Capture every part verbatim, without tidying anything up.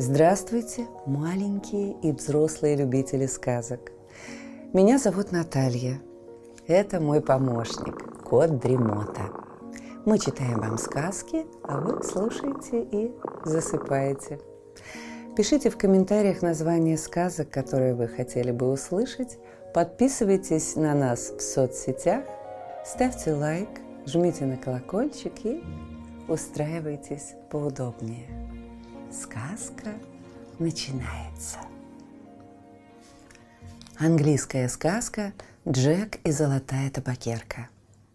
Здравствуйте, маленькие и взрослые любители сказок. Меня зовут Наталья. Это мой помощник, кот Дремота. Мы читаем вам сказки, а вы слушаете и засыпаете. Пишите в комментариях названия сказок, которые вы хотели бы услышать. Подписывайтесь на нас в соцсетях, ставьте лайк, жмите на колокольчик и устраивайтесь поудобнее. Сказка начинается. Английская сказка «Джек и золотая табакерка».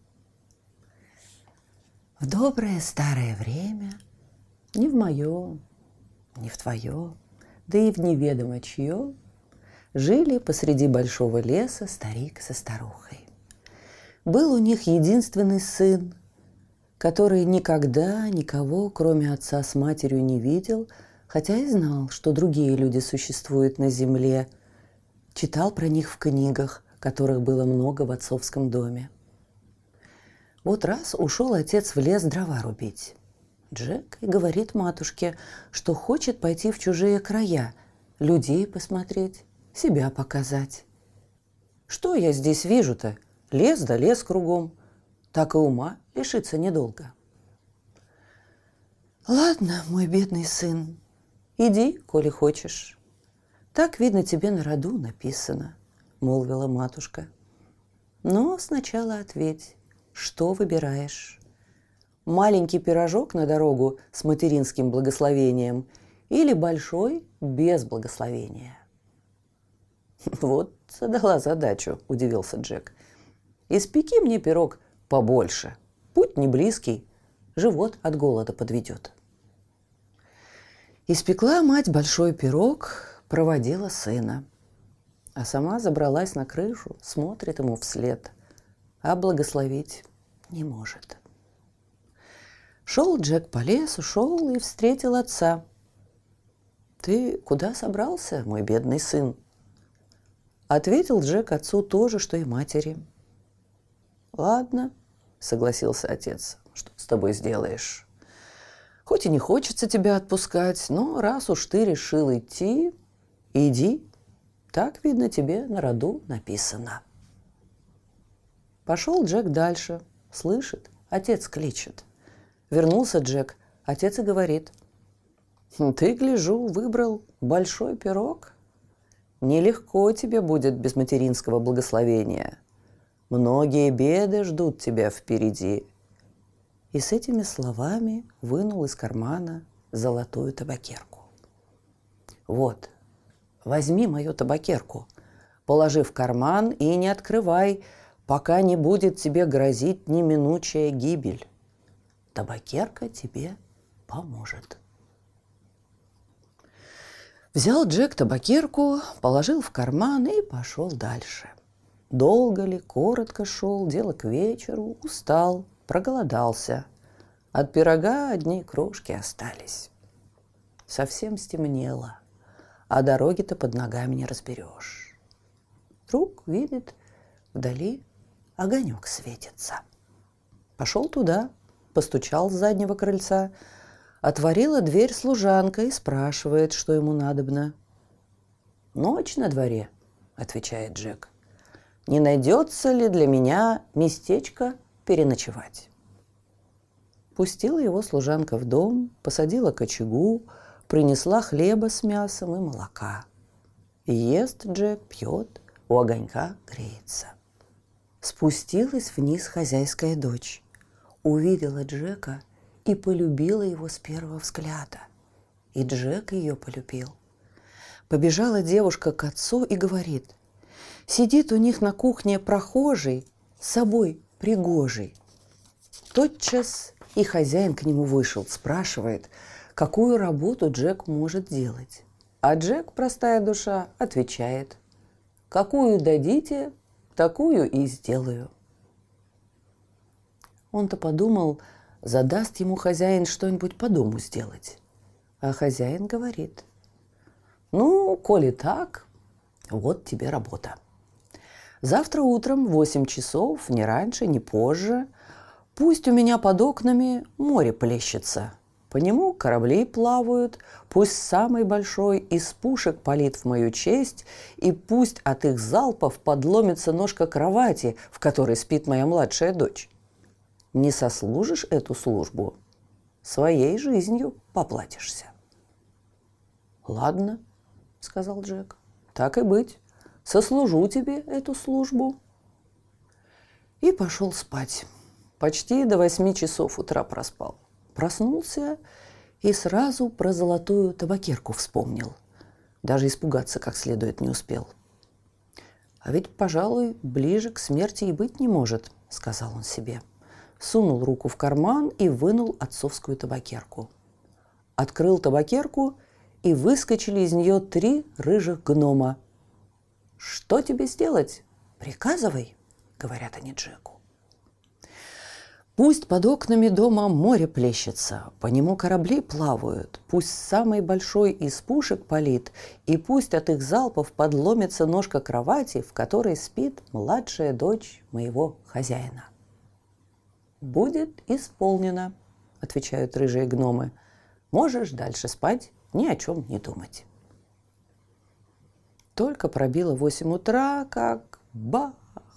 В доброе старое время, не в мое, не в твое, да и в неведомо чье, жили посреди большого леса старик со старухой. Был у них единственный сын, который никогда никого, кроме отца с матерью, не видел, хотя и знал, что другие люди существуют на земле, читал про них в книгах, которых было много в отцовском доме. Вот раз ушел отец в лес дрова рубить. Джек и говорит матушке, что хочет пойти в чужие края, людей посмотреть, себя показать. «Что я здесь вижу-то? Лес да лес кругом. Так и ума лишиться недолго». «Ладно, мой бедный сын, иди, коли хочешь. Так, видно, тебе на роду написано», — молвила матушка. «Но сначала ответь, что выбираешь? Маленький пирожок на дорогу с материнским благословением или большой без благословения?» «Вот задала задачу», — удивился Джек. «Испеки мне пирог побольше. Путь не близкий, живот от голода подведет». Испекла мать большой пирог, проводила сына, а сама забралась на крышу, смотрит ему вслед, а благословить не может. Шел Джек по лесу, шел и встретил отца. «Ты куда собрался, мой бедный сын?» Ответил Джек отцу то же, что и матери. «Ладно», — согласился отец, — «что с тобой сделаешь? Хоть и не хочется тебя отпускать, но раз уж ты решил идти, иди. Так, видно, тебе на роду написано». Пошел Джек дальше. Слышит, отец кличет. Вернулся Джек, отец и говорит: «Ты, гляжу, выбрал большой пирог. Нелегко тебе будет без материнского благословения. Многие беды ждут тебя впереди». И с этими словами вынул из кармана золотую табакерку. «Вот, возьми мою табакерку, положи в карман и не открывай, пока не будет тебе грозить неминучая гибель. Табакерка тебе поможет». Взял Джек табакерку, положил в карман и пошел дальше. Долго ли, коротко шел, дело к вечеру, устал, проголодался. От пирога одни крошки остались. Совсем стемнело, а дороги-то под ногами не разберешь. Вдруг видит, вдали огонек светится. Пошел туда, постучал с заднего крыльца. Отворила дверь служанка и спрашивает, что ему надобно. «Ночь на дворе», — отвечает Джек. «Не найдется ли для меня местечко переночевать?» Пустила его служанка в дом, посадила к очагу, принесла хлеба с мясом и молока. Ест Джек, пьет, у огонька греется. Спустилась вниз хозяйская дочь, увидела Джека и полюбила его с первого взгляда. И Джек ее полюбил. Побежала девушка к отцу и говорит: «Сидит у них на кухне прохожий, с собой пригожий». Тотчас и хозяин к нему вышел, спрашивает, какую работу Джек может делать. А Джек, простая душа, отвечает: «Какую дадите, такую и сделаю». Он-то подумал, задаст ему хозяин что-нибудь по дому сделать. А хозяин говорит: «Ну, коли так, вот тебе работа. Завтра утром в восемь часов, ни раньше, ни позже, пусть у меня под окнами море плещется. По нему корабли плавают, пусть самый большой из пушек палит в мою честь, и пусть от их залпов подломится ножка кровати, в которой спит моя младшая дочь. Не сослужишь эту службу, своей жизнью поплатишься». «Ладно», — сказал Джек, — «так и быть, сослужу тебе эту службу». И пошел спать. Почти до восьми часов утра проспал. Проснулся и сразу про золотую табакерку вспомнил. Даже испугаться как следует не успел. «А ведь, пожалуй, ближе к смерти и быть не может», — сказал он себе. Сунул руку в карман и вынул отцовскую табакерку. Открыл табакерку, и выскочили из нее три рыжих гнома. «Что тебе сделать? Приказывай», — говорят они Джеку. «Пусть под окнами дома море плещется, по нему корабли плавают, пусть самый большой из пушек палит, и пусть от их залпов подломится ножка кровати, в которой спит младшая дочь моего хозяина». «Будет исполнено», — отвечают рыжие гномы. «Можешь дальше спать, ни о чем не думать». Только пробило восемь утра, как бах,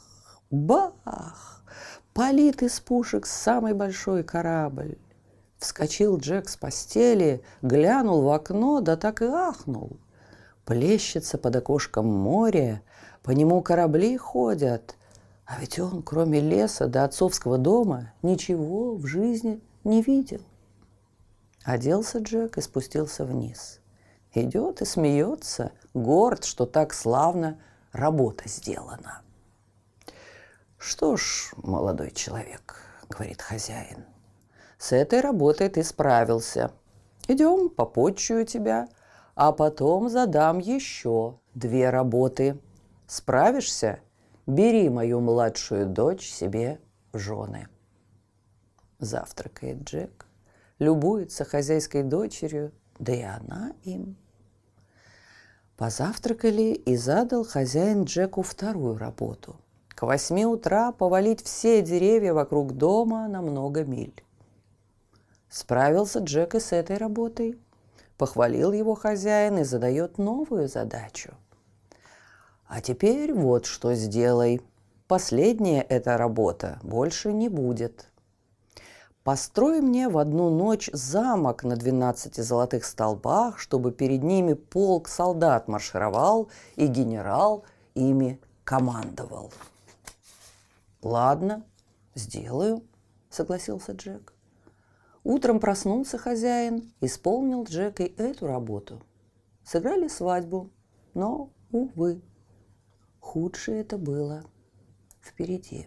бах, палит из пушек самый большой корабль. Вскочил Джек с постели, глянул в окно, да так и ахнул. Плещется под окошком море, по нему корабли ходят, а ведь он, кроме леса до отцовского дома, ничего в жизни не видел. Оделся Джек и спустился вниз. Идет и смеется, горд, что так славно работа сделана. «Что ж, молодой человек, — говорит хозяин, — с этой работой ты справился. Идем, попотчую тебя, а потом задам еще две работы. Справишься? Бери мою младшую дочь себе в жены». Завтракает Джек, любуется хозяйской дочерью, да и она им. Позавтракали, и задал хозяин Джеку вторую работу. К восьми утра повалить все деревья вокруг дома на много миль. Справился Джек и с этой работой. Похвалил его хозяин и задает новую задачу. «А теперь вот что сделай. Последняя эта работа больше не будет. Построй мне в одну ночь замок на двенадцати золотых столбах, чтобы перед ними полк солдат маршировал, и генерал ими командовал». «Ладно, сделаю», — согласился Джек. Утром проснулся хозяин, исполнил Джек и эту работу. Сыграли свадьбу, но, увы, худшее это было впереди.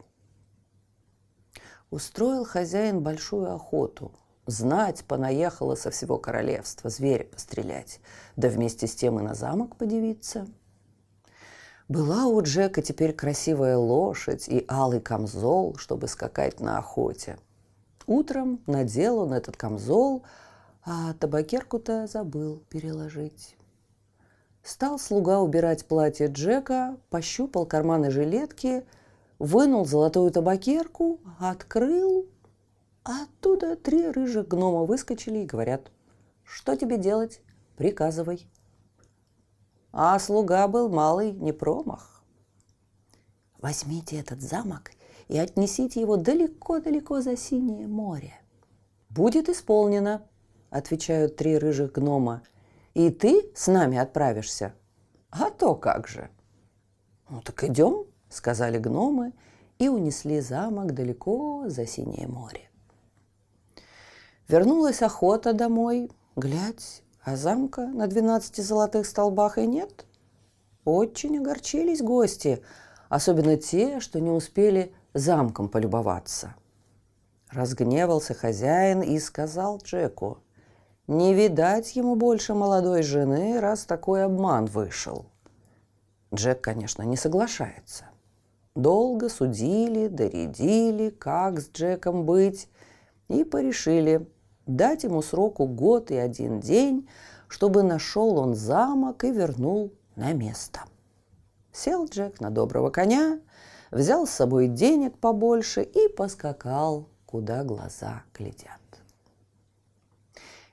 Устроил хозяин большую охоту. Знать понаехала со всего королевства зверя пострелять, да вместе с тем и на замок подивиться. Была у Джека теперь красивая лошадь и алый камзол, чтобы скакать на охоте. Утром надел он этот камзол, а табакерку-то забыл переложить. Стал слуга убирать платье Джека, пощупал карманы жилетки, вынул золотую табакерку, открыл, а оттуда три рыжих гнома выскочили и говорят: «Что тебе делать? Приказывай». А слуга был малый не промах. «Возьмите этот замок и отнесите его далеко-далеко за синее море». «Будет исполнено», — отвечают три рыжих гнома. «И ты с нами отправишься?» «А то как же!» «Ну так идем», — сказали гномы и унесли замок далеко за синее море. Вернулась охота домой, глядь, а замка на двенадцати золотых столбах и нет. Очень огорчились гости, особенно те, что не успели замком полюбоваться. Разгневался хозяин и сказал Джеку: «Не видать ему больше молодой жены, раз такой обман вышел». Джек, конечно, не соглашается. Долго судили, доредили, как с Джеком быть, и порешили дать ему сроку год и один день, чтобы нашел он замок и вернул на место. Сел Джек на доброго коня, взял с собой денег побольше и поскакал, куда глаза глядят.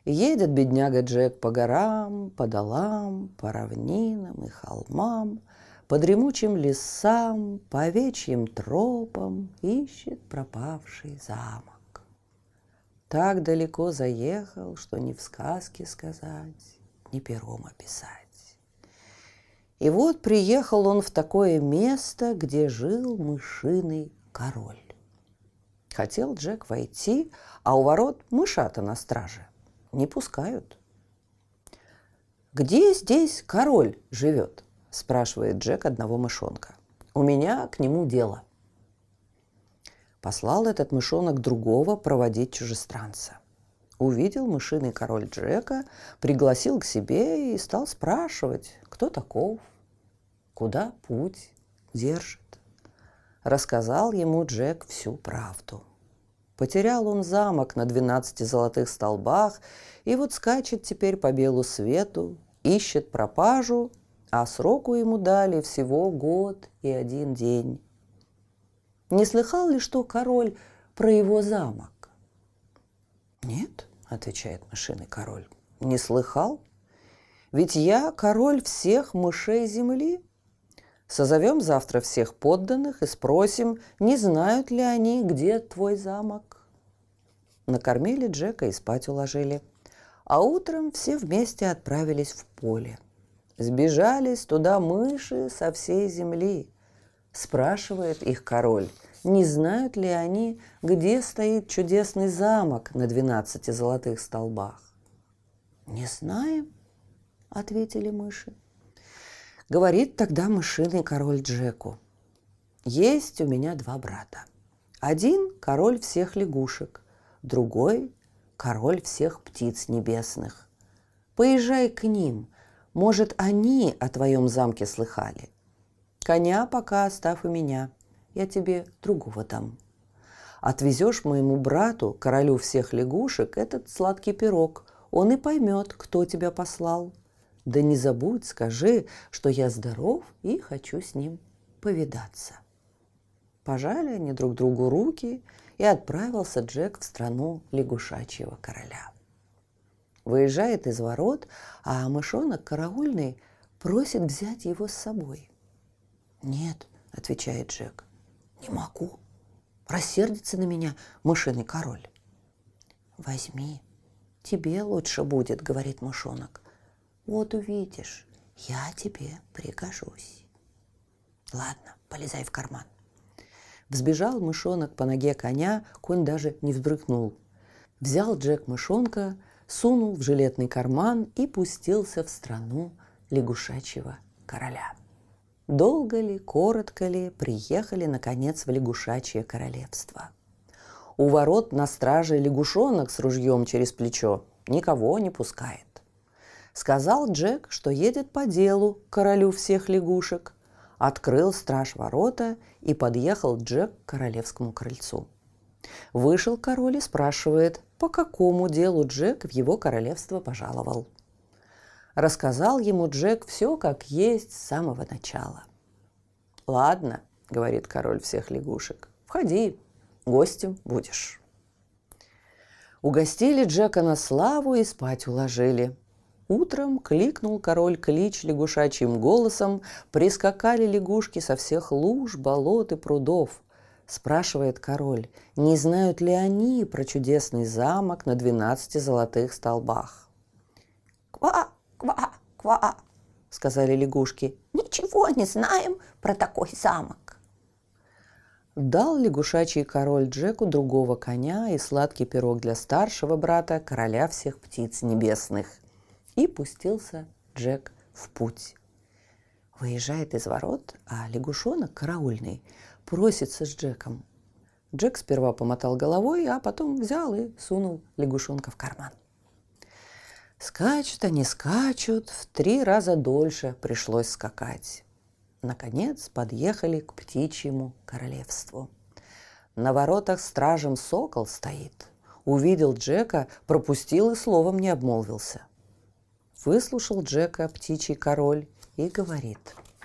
Едет бедняга Джек по горам, по долам, по равнинам и холмам, по дремучим лесам, по овечьим тропам ищет пропавший замок. Так далеко заехал, что ни в сказке сказать, ни пером описать. И вот приехал он в такое место, где жил мышиный король. Хотел Джек войти, а у ворот мышата на страже. Не пускают. «Где здесь король живет?» – спрашивает Джек одного мышонка. «У меня к нему дело». Послал этот мышонок другого проводить чужестранца. Увидел мышиный король Джека, пригласил к себе и стал спрашивать, кто таков, куда путь держит. Рассказал ему Джек всю правду. Потерял он замок на двенадцати золотых столбах и вот скачет теперь по белу свету, ищет пропажу, а сроку ему дали всего год и один день. Не слыхал ли, что король про его замок? «Нет», — отвечает мышиный король, — «не слыхал. Ведь я король всех мышей земли. Созовем завтра всех подданных и спросим, не знают ли они, где твой замок». Накормили Джека и спать уложили. А утром все вместе отправились в поле. Сбежались туда мыши со всей земли. Спрашивает их король, не знают ли они, где стоит чудесный замок на двенадцати золотых столбах. «Не знаем», — ответили мыши. Говорит тогда мышиный король Джеку: «Есть у меня два брата. Один – король всех лягушек, другой – король всех птиц небесных. Поезжай к ним, может, они о твоем замке слыхали. Коня пока оставь у меня, я тебе другого дам. Отвезешь моему брату, королю всех лягушек, этот сладкий пирог, он и поймет, кто тебя послал. Да не забудь, скажи, что я здоров и хочу с ним повидаться». Пожали они друг другу руки, и отправился Джек в страну лягушачьего короля. Выезжает из ворот, а мышонок караульный просит взять его с собой. «Нет», — отвечает Джек, — «не могу. Рассердится на меня мышиный король». «Возьми, тебе лучше будет», — говорит мышонок. «Вот увидишь, я тебе пригожусь». «Ладно, полезай в карман». Взбежал мышонок по ноге коня, конь даже не взбрыкнул. Взял Джек мышонка, сунул в жилетный карман и пустился в страну лягушачьего короля. Долго ли, коротко ли, приехали, наконец, в лягушачье королевство. У ворот на страже лягушонок с ружьем через плечо никого не пускает. Сказал Джек, что едет по делу к королю всех лягушек. Открыл страж ворота, и подъехал Джек к королевскому крыльцу. Вышел король и спрашивает, по какому делу Джек в его королевство пожаловал. Рассказал ему Джек все как есть с самого начала. «Ладно», — говорит король всех лягушек, — «входи, гостем будешь». Угостили Джека на славу и спать уложили. Утром кликнул король клич лягушачьим голосом, прискакали лягушки со всех луж, болот и прудов. Спрашивает король, не знают ли они про чудесный замок на двенадцати золотых столбах. «Ква, ква, ква», — сказали лягушки, — «ничего не знаем про такой замок». Дал лягушачий король Джеку другого коня и сладкий пирог для старшего брата, короля всех птиц небесных. И пустился Джек в путь. Выезжает из ворот, а лягушонок караульный просится с Джеком. Джек сперва помотал головой, а потом взял и сунул лягушонка в карман. Скачут они, скачут, в три раза дольше пришлось скакать. Наконец подъехали к птичьему королевству. На воротах стражем сокол стоит. Увидел Джека, пропустил и словом не обмолвился. Выслушал Джека птичий король и говорит: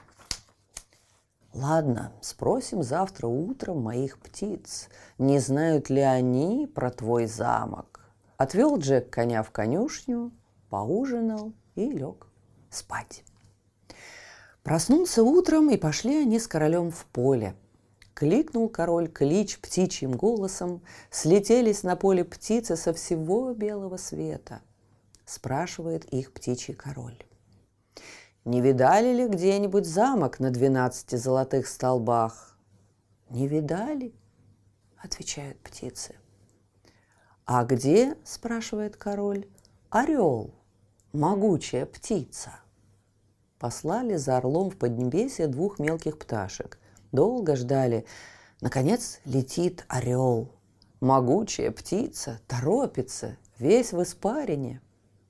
«Ладно, спросим завтра утром моих птиц, не знают ли они про твой замок. Отвел Джек коня в конюшню, поужинал и лег спать. Проснулся утром, и пошли они с королем в поле. Кликнул король клич птичьим голосом, слетелись на поле птицы со всего белого света. Спрашивает их птичий король: «Не видали ли где-нибудь замок на двенадцати золотых столбах?» «Не видали?» – отвечают птицы. «А где, – спрашивает король, – орел, могучая птица?» Послали за орлом в поднебесье двух мелких пташек. Долго ждали. Наконец летит орел. Могучая птица, торопится, весь в испарине.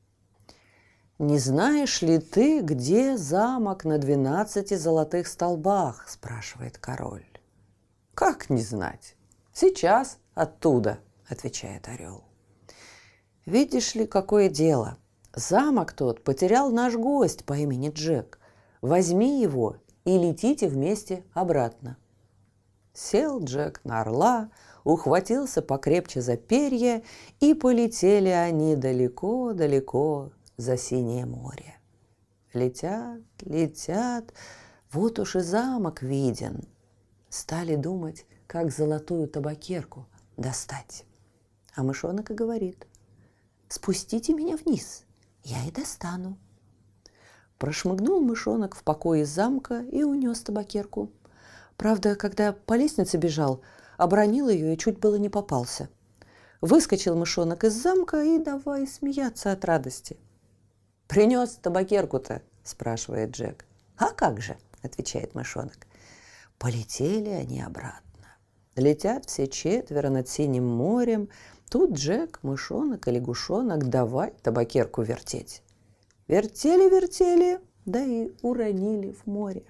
«Не знаешь ли ты, где замок на двенадцати золотых столбах?» – спрашивает король. «Как не знать? Сейчас оттуда», – отвечает орел. «Видишь ли, какое дело? Замок тот потерял наш гость по имени Джек. Возьми его и летите вместе обратно». Сел Джек на орла, ухватился покрепче за перья, и полетели они далеко-далеко за синее море. Летят, летят, вот уж и замок виден. Стали думать, как золотую табакерку достать. А мышонок и говорит: «Спустите меня вниз, я и достану». Прошмыгнул мышонок в покое замка и унес табакерку. Правда, когда по лестнице бежал, обронил ее и чуть было не попался. Выскочил мышонок из замка и давай смеяться от радости. «Принес табакерку-то?» – спрашивает Джек. «А как же?» – отвечает мышонок. Полетели они обратно. Летят все четверо над синим морем. Тут Джек, мышонок и лягушонок давай табакерку вертеть. Вертели-вертели, да и уронили в море.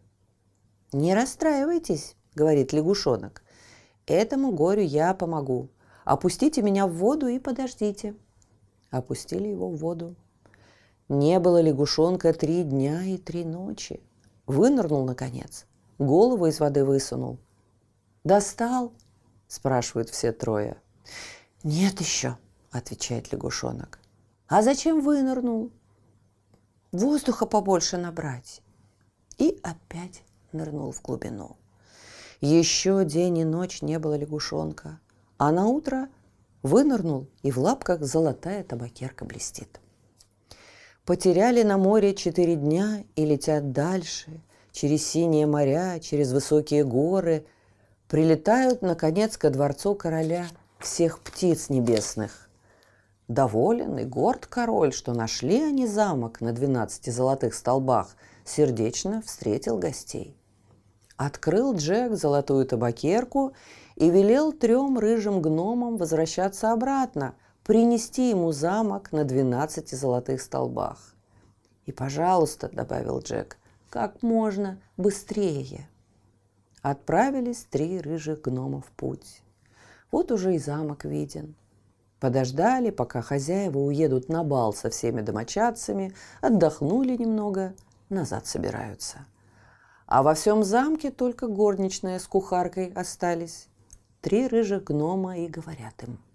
«Не расстраивайтесь, — говорит лягушонок, — этому горю я помогу. Опустите меня в воду и подождите». Опустили его в воду. Не было лягушонка три дня и три ночи. Вынырнул, наконец, голову из воды высунул. «Достал?» – спрашивают все трое. «Нет еще», – отвечает лягушонок. «А зачем вынырнул?» «Воздуха побольше набрать». И опять нырнул в глубину. Еще день и ночь не было лягушонка, а на утро вынырнул, и в лапках золотая табакерка блестит. Потеряли на море четыре дня и летят дальше, через синие моря, через высокие горы. Прилетают, наконец, ко дворцу короля всех птиц небесных. Доволен и горд король, что нашли они замок на двенадцати золотых столбах, сердечно встретил гостей. Открыл Джек золотую табакерку и велел трем рыжим гномам возвращаться обратно, принести ему замок на двенадцати золотых столбах. «И, пожалуйста, — добавил Джек, — как можно быстрее». Отправились три рыжих гнома в путь. Вот уже и замок виден. Подождали, пока хозяева уедут на бал со всеми домочадцами, отдохнули немного, назад собираются. А во всем замке только горничная с кухаркой остались. Три рыжих гнома и говорят им: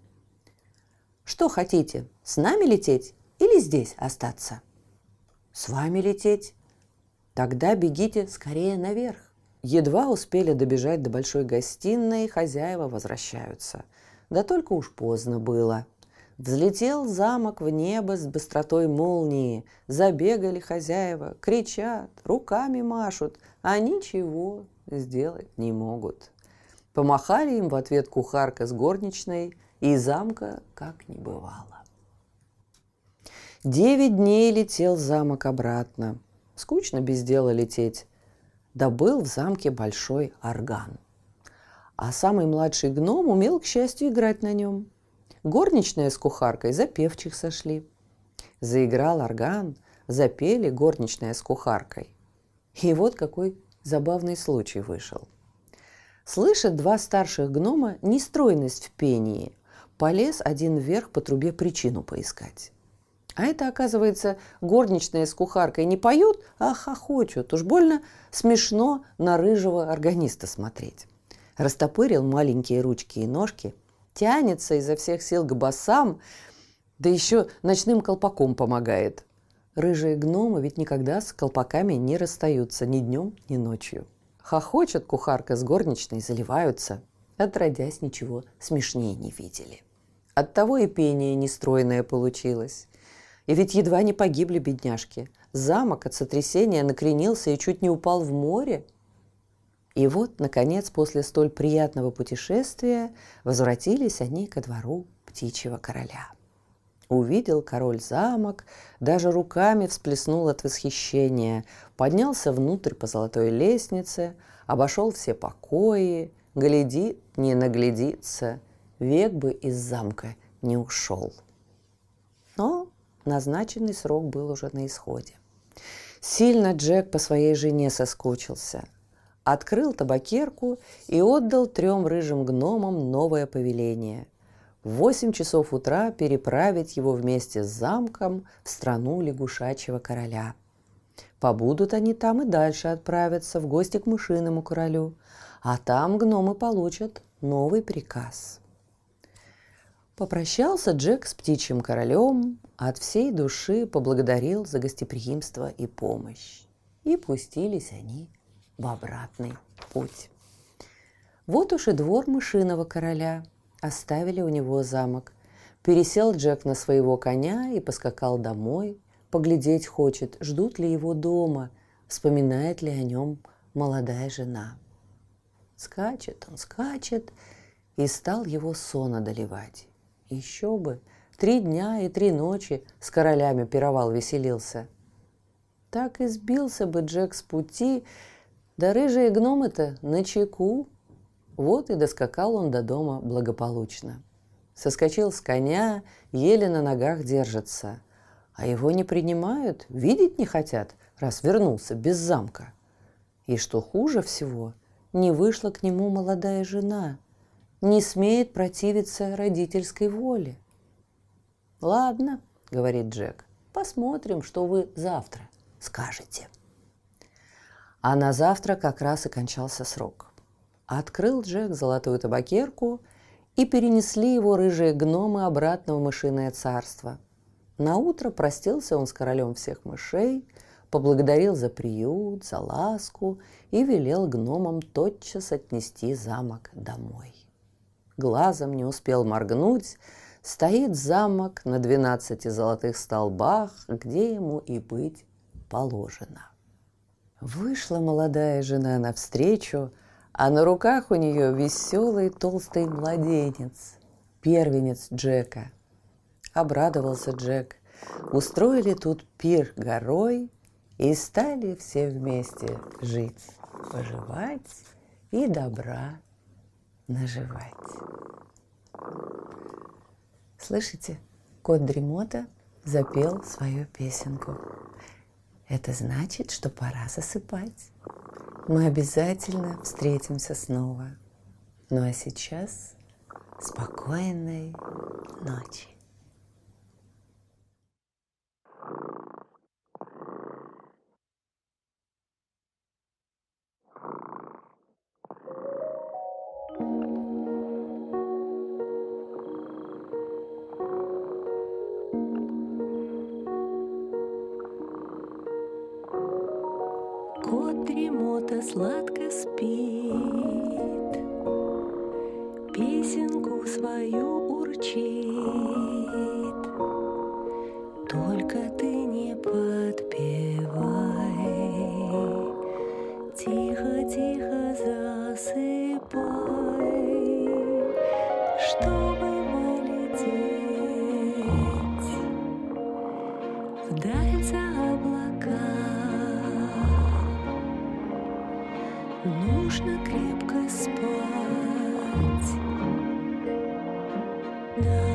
«Что хотите, с нами лететь или здесь остаться?» «С вами лететь». «Тогда бегите скорее наверх». Едва успели добежать до большой гостиной, хозяева возвращаются. Да только уж поздно было. Взлетел замок в небо с быстротой молнии. Забегали хозяева, кричат, руками машут, а ничего сделать не могут. Помахали им в ответ кухарка с горничной, и замка как не бывало. Девять дней летел замок обратно. Скучно без дела лететь. Да был в замке большой орган. А самый младший гном умел, к счастью, играть на нем. Горничная с кухаркой за певчих сошли. Заиграл орган, запели горничная с кухаркой. И вот какой забавный случай вышел. Слышат два старших гнома нестройность в пении. Полез один вверх по трубе причину поискать. А это, оказывается, горничная с кухаркой не поют, а хохочут. Уж больно смешно на рыжего органиста смотреть. Растопырил маленькие ручки и ножки, тянется изо всех сил к басам, Да еще ночным колпаком помогает. Рыжие гномы ведь никогда с колпаками не расстаются ни днем, ни ночью. Хохочет кухарка с горничной, заливаются. Отродясь, ничего смешнее не видели. Оттого и пение нестройное получилось. И ведь едва не погибли бедняжки. Замок от сотрясения накренился и чуть не упал в море. И вот, наконец, после столь приятного путешествия возвратились они ко двору птичьего короля. Увидел король замок, даже руками всплеснул от восхищения, поднялся внутрь по золотой лестнице, обошел все покои, глядит, не наглядится, век бы из замка не ушел. Но назначенный срок был уже на исходе. Сильно Джек по своей жене соскучился. Открыл табакерку и отдал трем рыжим гномам новое повеление – в восемь часов утра переправить его вместе с замком в страну лягушачьего короля. Побудут они там и дальше отправятся в гости к мышиному королю, а там гномы получат новый приказ. Попрощался Джек с птичьим королем, от всей души поблагодарил за гостеприимство и помощь. И пустились они в обратный путь. Вот уж и двор мышиного короля. Оставили у него замок. Пересел Джек на своего коня и поскакал домой. Поглядеть хочет, ждут ли его дома, вспоминает ли о нем молодая жена. Скачет он, скачет, и стал его сон одолевать. Еще бы, три дня и три ночи с королями пировал, веселился. Так и сбился бы Джек с пути, да рыжие гномы-то начеку. Вот и доскакал он до дома благополучно. Соскочил с коня, еле на ногах держится. А его не принимают, видеть не хотят, раз вернулся без замка. И что хуже всего, не вышла к нему молодая жена, не смеет противиться родительской воле. «Ладно», — говорит Джек, — «посмотрим, что вы завтра скажете». А на завтра как раз и кончался срок. Открыл Джек золотую табакерку, и перенесли его рыжие гномы обратно в мышиное царство. Наутро простился он с королем всех мышей, поблагодарил за приют, за ласку и велел гномам тотчас отнести замок домой. Глазом не успел моргнуть, стоит замок на двенадцати золотых столбах, где ему и быть положено. Вышла молодая жена навстречу, а на руках у нее веселый толстый младенец, первенец Джека. Обрадовался Джек. Устроили тут пир горой и стали все вместе жить, поживать и добра наживать. Слышите, кот Дремота запел свою песенку. Это значит, что пора засыпать. Мы обязательно встретимся снова. Ну а сейчас спокойной ночи. Кот Дремота сладко спит, песенку свою урчит. Только ты не подпевай, тихо-тихо засыпай, чтобы полететь вдаль за облака. Нужно крепко спать.